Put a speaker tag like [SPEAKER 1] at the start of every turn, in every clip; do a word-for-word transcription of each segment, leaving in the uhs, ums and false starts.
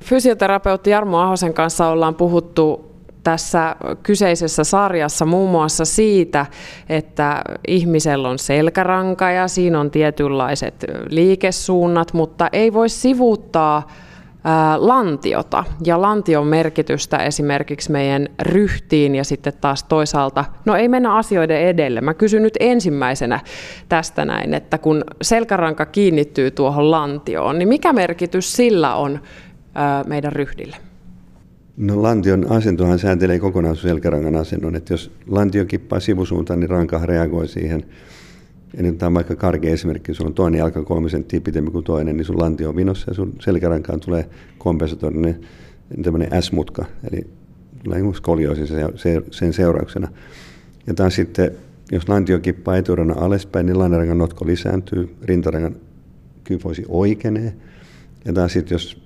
[SPEAKER 1] fysioterapeutti Jarmo Ahosen kanssa ollaan puhuttu tässä kyseisessä sarjassa muun muassa siitä, että ihmisellä on selkäranka ja siinä on tietynlaiset liikesuunnat, mutta ei voi sivuuttaa lantiota ja lantion merkitystä esimerkiksi meidän ryhtiin ja sitten taas toisaalta, no ei mennä asioiden edelle. Mä kysyn nyt ensimmäisenä tästä näin, että kun selkäranka kiinnittyy tuohon lantioon, niin mikä merkitys sillä on meidän ryhdille?
[SPEAKER 2] No lantion asentohan sääntelee kokonaan selkärangan asennon, että jos lantio kippaa sivusuuntaan, niin ranka reagoi siihen. Eli tämä on vaikka karkea esimerkki, sulla on toinen jalka kolme senttiä pitempi kuin toinen, niin sun lantio on vinossa ja sun selkärankaan tulee kompensatorinen tämmöinen S-mutka, eli tulee skolioosi sen seurauksena. Ja taas sitten, jos lantio kippaa eturannan alaspäin, niin lannerangan notko lisääntyy, rintarangan kyfoisi oikeenee. Ja taas sitten, jos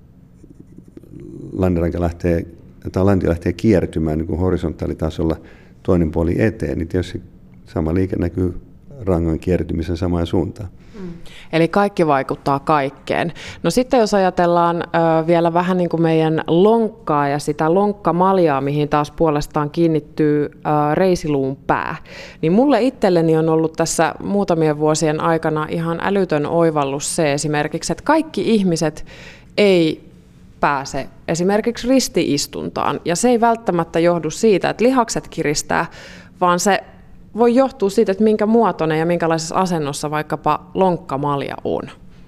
[SPEAKER 2] lanneranka lähtee, tai lantio lähtee kiertymään niin kuin horisontaalitasolla toinen puoli eteen, niin tietysti sama liike näkyy rangan kiertymisen samaan suuntaan.
[SPEAKER 1] Mm. Eli kaikki vaikuttaa kaikkeen. No sitten jos ajatellaan ö, vielä vähän niin kuin meidän lonkkaa ja sitä lonkkamaljaa, mihin taas puolestaan kiinnittyy ö, reisiluun pää, niin mulle itselleni on ollut tässä muutamien vuosien aikana ihan älytön oivallus se esimerkiksi, että kaikki ihmiset ei pääse esimerkiksi ristiistuntaan, ja se ei välttämättä johdu siitä, että lihakset kiristää, vaan se voi johtua siitä, että minkä muotoinen ja minkälaisessa asennossa vaikkapa lonkkamalja on.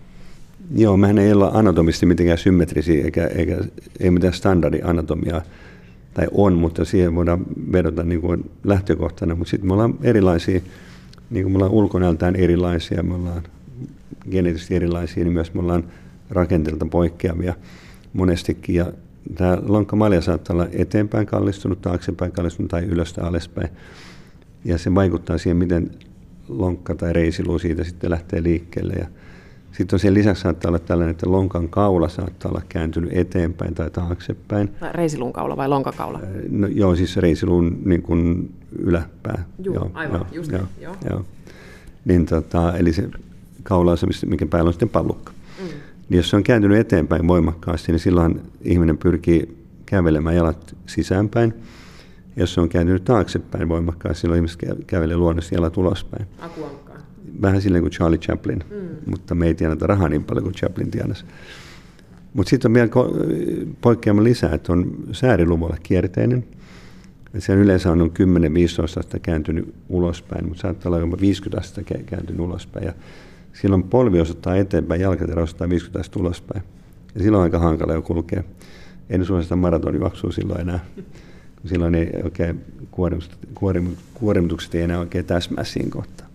[SPEAKER 2] Joo, mehän ei olla anatomisesti mitenkään symmetrisiä, eikä, eikä ei mitään standardianatomiaa, tai on, mutta siihen voidaan vedota niin kuin lähtökohtana, mutta sitten me ollaan erilaisia, niin kuin me ollaan ulkonäöltään erilaisia, me ollaan geneettisesti erilaisia, niin myös me ollaan rakenteelta poikkeavia monestikin, ja tämä lonkkamalja saattaa olla eteenpäin kallistunut, taaksepäin kallistunut tai ylöstä alaspäin. Ja se vaikuttaa siihen, miten lonkka tai reisiluu siitä sitten lähtee liikkeelle. Ja sitten sen lisäksi saattaa olla tällainen, että lonkan kaula saattaa olla kääntynyt eteenpäin tai taaksepäin.
[SPEAKER 1] Reisiluun kaula vai lonkakaula?
[SPEAKER 2] No, joo, siis reisiluun niin kuin yläpää.
[SPEAKER 1] Juu, joo, aivan, joo, just joo, joo.
[SPEAKER 2] joo. Niin, tota, eli se kaula on se, mikä päällä on sitten pallukka. Mm. Niin jos se on kääntynyt eteenpäin voimakkaasti, niin silloin ihminen pyrkii kävelemään jalat sisäänpäin. Jos se on kääntynyt taaksepäin voimakkaasti, silloin ihmiset kävelee luonnollisesti jalat ulospäin.
[SPEAKER 1] Akuankkaan.
[SPEAKER 2] Vähän silleen kuin Charlie Chaplin, mm. mutta me ei tienata rahaa niin paljon kuin Chaplin tienasi. Mutta sitten on vielä poikkeama lisää, että on sääriluvulla kierteinen. Se yleensä on kymmenen viisitoista astetta kääntynyt ulospäin, mutta saattaa olla jopa viisikymmentä astetta kääntynyt ulospäin. Ja silloin polvi osoittaa eteenpäin, jalkaterä osoittaa viisikymmentä astetta ulospäin. Ja silloin on aika hankala jo kulkea. En suosita maratonijuoksua silloin enää. Silloin ei oikein kuorimutukset ei enää oikein täsmää siinä kohtaa.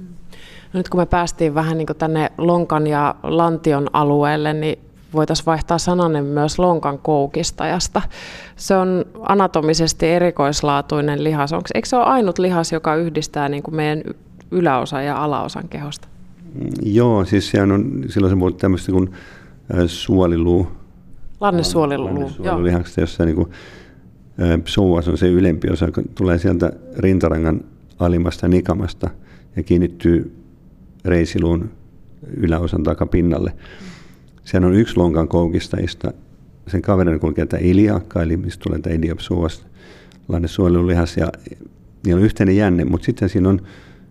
[SPEAKER 1] No nyt kun me päästiin vähän niin kuin tänne lonkan ja lantion alueelle, niin voitaisiin vaihtaa sananen myös lonkan koukistajasta. Se on anatomisesti erikoislaatuinen lihas. Onko, eikö se ole ainut lihas, joka yhdistää niin kuin meidän yläosan ja alaosan kehosta?
[SPEAKER 2] Joo, siis sehän on, silloin se puhutaan tämmöistä kuin suoliluu.
[SPEAKER 1] Lannesuoliluu.
[SPEAKER 2] Lannesuolilulihaksesta, jossa niin kuin psoas on se ylempi osa, joka tulee sieltä rintarangan alimmasta nikamasta ja kiinnittyy reisiluun yläosan takapinnalle. Sehän on yksi lonkan koukistajista. Sen kaverina kulkee tämä iliakka, eli mistä tulee tämä iliopsoas, lannesuolilulihas, ja niillä on yhteinen jänne, mutta sitten siinä on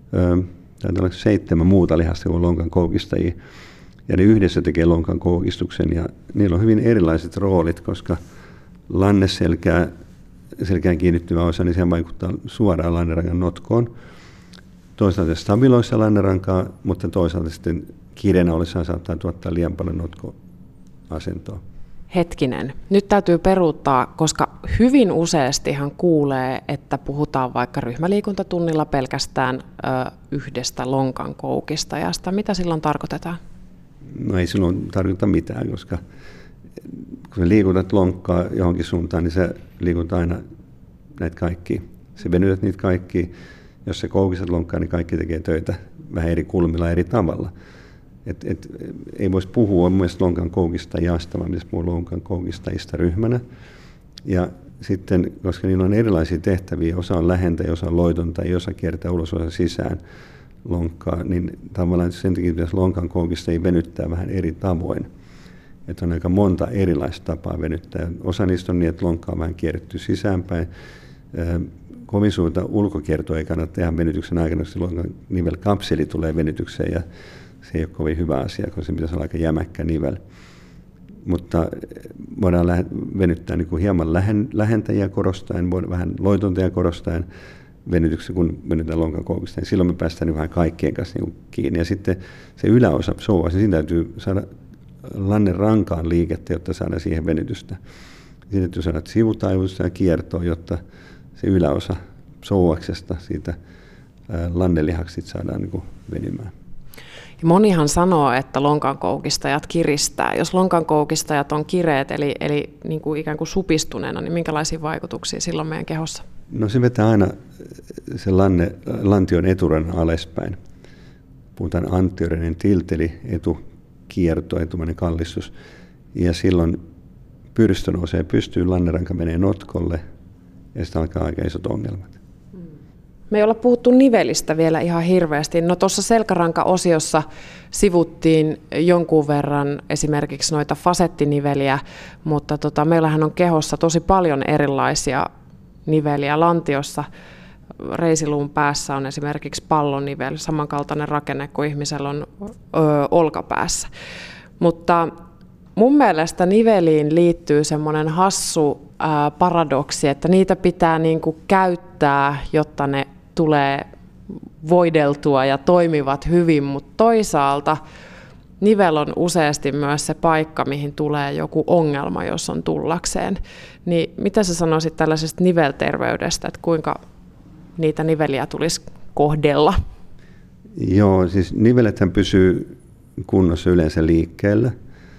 [SPEAKER 2] ö, seitsemän muuta lihasta kuin lonkan koukistajia, ja ne yhdessä tekee lonkan koukistuksen, ja niillä on hyvin erilaiset roolit, koska lanneselkää selkään kiinnittyvä osa, niin se vaikuttaa suoraan lannerangan notkoon. Toisaalta stabiloissa lannerankaa, mutta toisaalta sitten kiireenä ollessaan saattaa tuottaa liian paljon notkoasentoa.
[SPEAKER 1] Hetkinen, nyt täytyy peruuttaa, koska hyvin useastihan kuulee, että puhutaan vaikka ryhmäliikuntatunnilla pelkästään ö, yhdestä lonkan koukistajasta. Mitä silloin tarkoitetaan?
[SPEAKER 2] No ei silloin tarkoita mitään, koska kun liikutat lonkkaa johonkin suuntaan, niin se liikutat aina näitä kaikkia. Se venytät niitä kaikkia. Jos sä koukistat lonkkaa, niin kaikki tekee töitä vähän eri kulmilla eri tavalla. Et, et, ei voisi puhua mun mielestä lonkan koukistajasta, vaan pitäisi puhua lonkan koukistajista ryhmänä. Ja sitten, koska niillä on erilaisia tehtäviä, osa on lähentäjä, osa on loitontaja, osa kiertää ulos, osa sisään lonkkaa, niin tavallaan sen takia pitäisi lonkan koukistajia venyttää vähän eri tavoin. Että on aika monta erilaista tapaa venyttää. Osa niistä on niin, että lonkka on vähän kierretty sisäänpäin. Kovin suurta ulkokiertoa ei kannata tehdä venytyksen aikana, koska lonkan nivelkapseli tulee venytykseen ja se ei ole kovin hyvä asia, koska se pitäisi olla aika jämäkkä nivel. Mutta voidaan venyttää niin kuin hieman lähentäjiä korostaen, vähän loitontajia korostaen venytyksessä, kun venytään lonkan koukista. Silloin me päästään niin vähän kaikkien kanssa niin kiinni. Ja sitten se yläosa psoas, siinä täytyy saada lannen rankaan liikettä, jotta saadaan siihen venytystä. Siinä täytyy saada sivutaivutusta ja kiertoa, jotta se yläosa psoaksesta siitä lannelihaksi saadaan niin kuin venymään.
[SPEAKER 1] Ja monihan sanoo, että lonkankoukistajat kiristää. Jos lonkankoukistajat on kireet, eli, eli niin kuin ikään kuin supistuneena, niin minkälaisia vaikutuksia silloin meidän kehossa?
[SPEAKER 2] No se vetää aina se lanne, lantion eturan alaspäin. Puhutaan anteriorinen tilt, eli etukierto, etumainen kallistus. Ja silloin pyrstö nousee pystyyn, lanneranka menee notkolle ja sitten alkaa aika isot ongelmat.
[SPEAKER 1] Me ei olla puhuttu nivelistä vielä ihan hirveästi. No tuossa selkäranka-osiossa sivuttiin jonkun verran esimerkiksi noita fasettiniveliä, mutta tota, meillähän on kehossa tosi paljon erilaisia niveliä. Lantiossa reisiluun päässä on esimerkiksi pallonivel, samankaltainen rakenne kuin ihmisellä on ö, olkapäässä. Mutta mun mielestä niveliin liittyy semmoinen hassu ää, paradoksi, että niitä pitää niinku käyttää, jotta ne tulee voideltua ja toimivat hyvin, mutta toisaalta nivel on useasti myös se paikka, mihin tulee joku ongelma, jos on tullakseen. Niin mitä sä sanoisit tällaisesta nivelterveydestä, että kuinka niitä niveliä tulisi kohdella?
[SPEAKER 2] Joo, siis nivelethän pysyy kunnossa yleensä liikkeellä.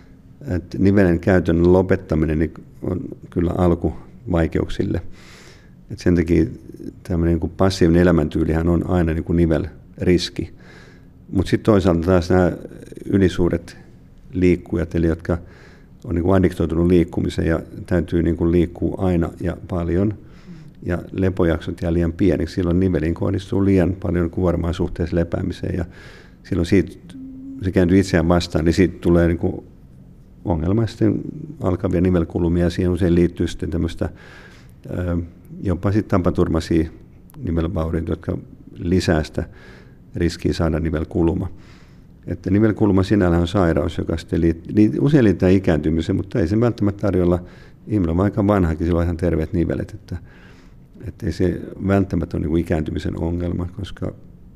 [SPEAKER 2] Et nivelen käytön lopettaminen niin on kyllä alku vaikeuksille. Et sen takia tämmöinen niin passiivinen elämäntyylihän on aina niin kuin nivelriski. Mutta sitten toisaalta taas nämä ylisuuret liikkujat, eli jotka on niin kuin addiktoitunut liikkumiseen ja täytyy niin kuin liikkua aina ja paljon, ja lepojaksot jää liian pieniksi, silloin niveliin kohdistuu liian paljon kuormaa suhteessa lepäämiseen, ja silloin siitä, se kääntyy itseään vastaan, niin siitä tulee niin kuin ongelma, sitten alkavia nivelkulumia, ja siihen usein liittyy sitten tämmöistä jopa sitten tapaturmaisia nivelvaurioita, jotka lisää sitä riskiä saada nivelkuluma. Että nivelkuluma sinällään on sairaus, joka sitten liittyy, usein liittyy ikääntymiseen, mutta ei se välttämättä tarjolla, ihminen on aika vanhakin, sillä on ihan terveet nivelet, että, että ei se välttämättä ole niin kuin ikääntymisen ongelma, koska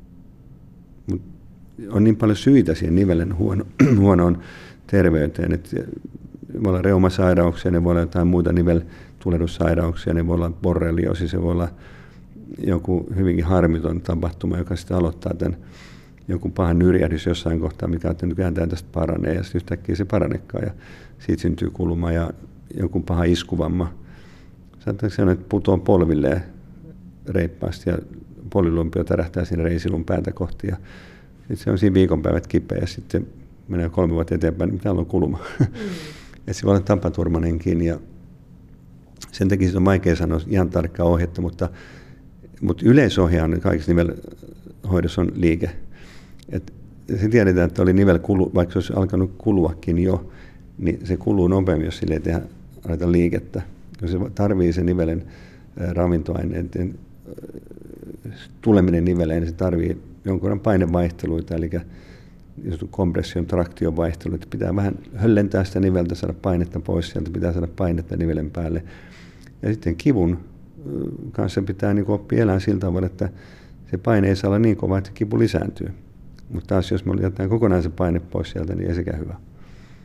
[SPEAKER 2] on niin paljon syitä siihen nivelen huono, huonoon terveyteen, että voi olla reumasairauksia, ne voi olla jotain muita niveltulehdussairauksia, ne voi olla borrelioosi, se voi olla joku hyvinkin harmiton tapahtuma, joka sitten aloittaa tämän joku pahan nyrjähdys jossain kohtaa, mikä on nykyään tästä paranee, ja sitten yhtäkkiä se parannekaan, ja siitä syntyy kulma ja joku paha iskuvamma. Saattaa sanoa, että putoaa polvilleen reippaasti, ja polilumpio tärähtää siinä reisilun päätä kohti, ja sitten se on siinä viikonpäivät kipeä, ja sitten menee kolme vuotta eteenpäin, niin täällä on kulma. Mm. Että se voi olla tapaturmanenkin, ja sen takia se on vaikea sanoa ihan tarkkaa ohjetta, mutta, mutta yleisohje on kaikissa nivelhoidossa on liike. Et se tiedetään, että oli nivel kulu, vaikka se olisi alkanut kuluakin jo, niin se kuluu nopeammin, jos sille ei tehdä, aleta liikettä. Jos se tarvitsee sen nivelen ravintoaineiden tuleminen niveleen, niin se tarvitsee jonkun verran painevaihteluita, eli kompression, traktion vaihteluita. Pitää vähän höllentää sitä niveltä, saada painetta pois sieltä, pitää saada painetta nivelen päälle. Ja sitten kivun kanssa pitää niin oppia elämään sillä tavalla, että se paine ei saa olla niin kova, että kipu lisääntyy. Mutta taas jos me jätetään kokonaan se paine pois sieltä, niin ei sekään hyvä.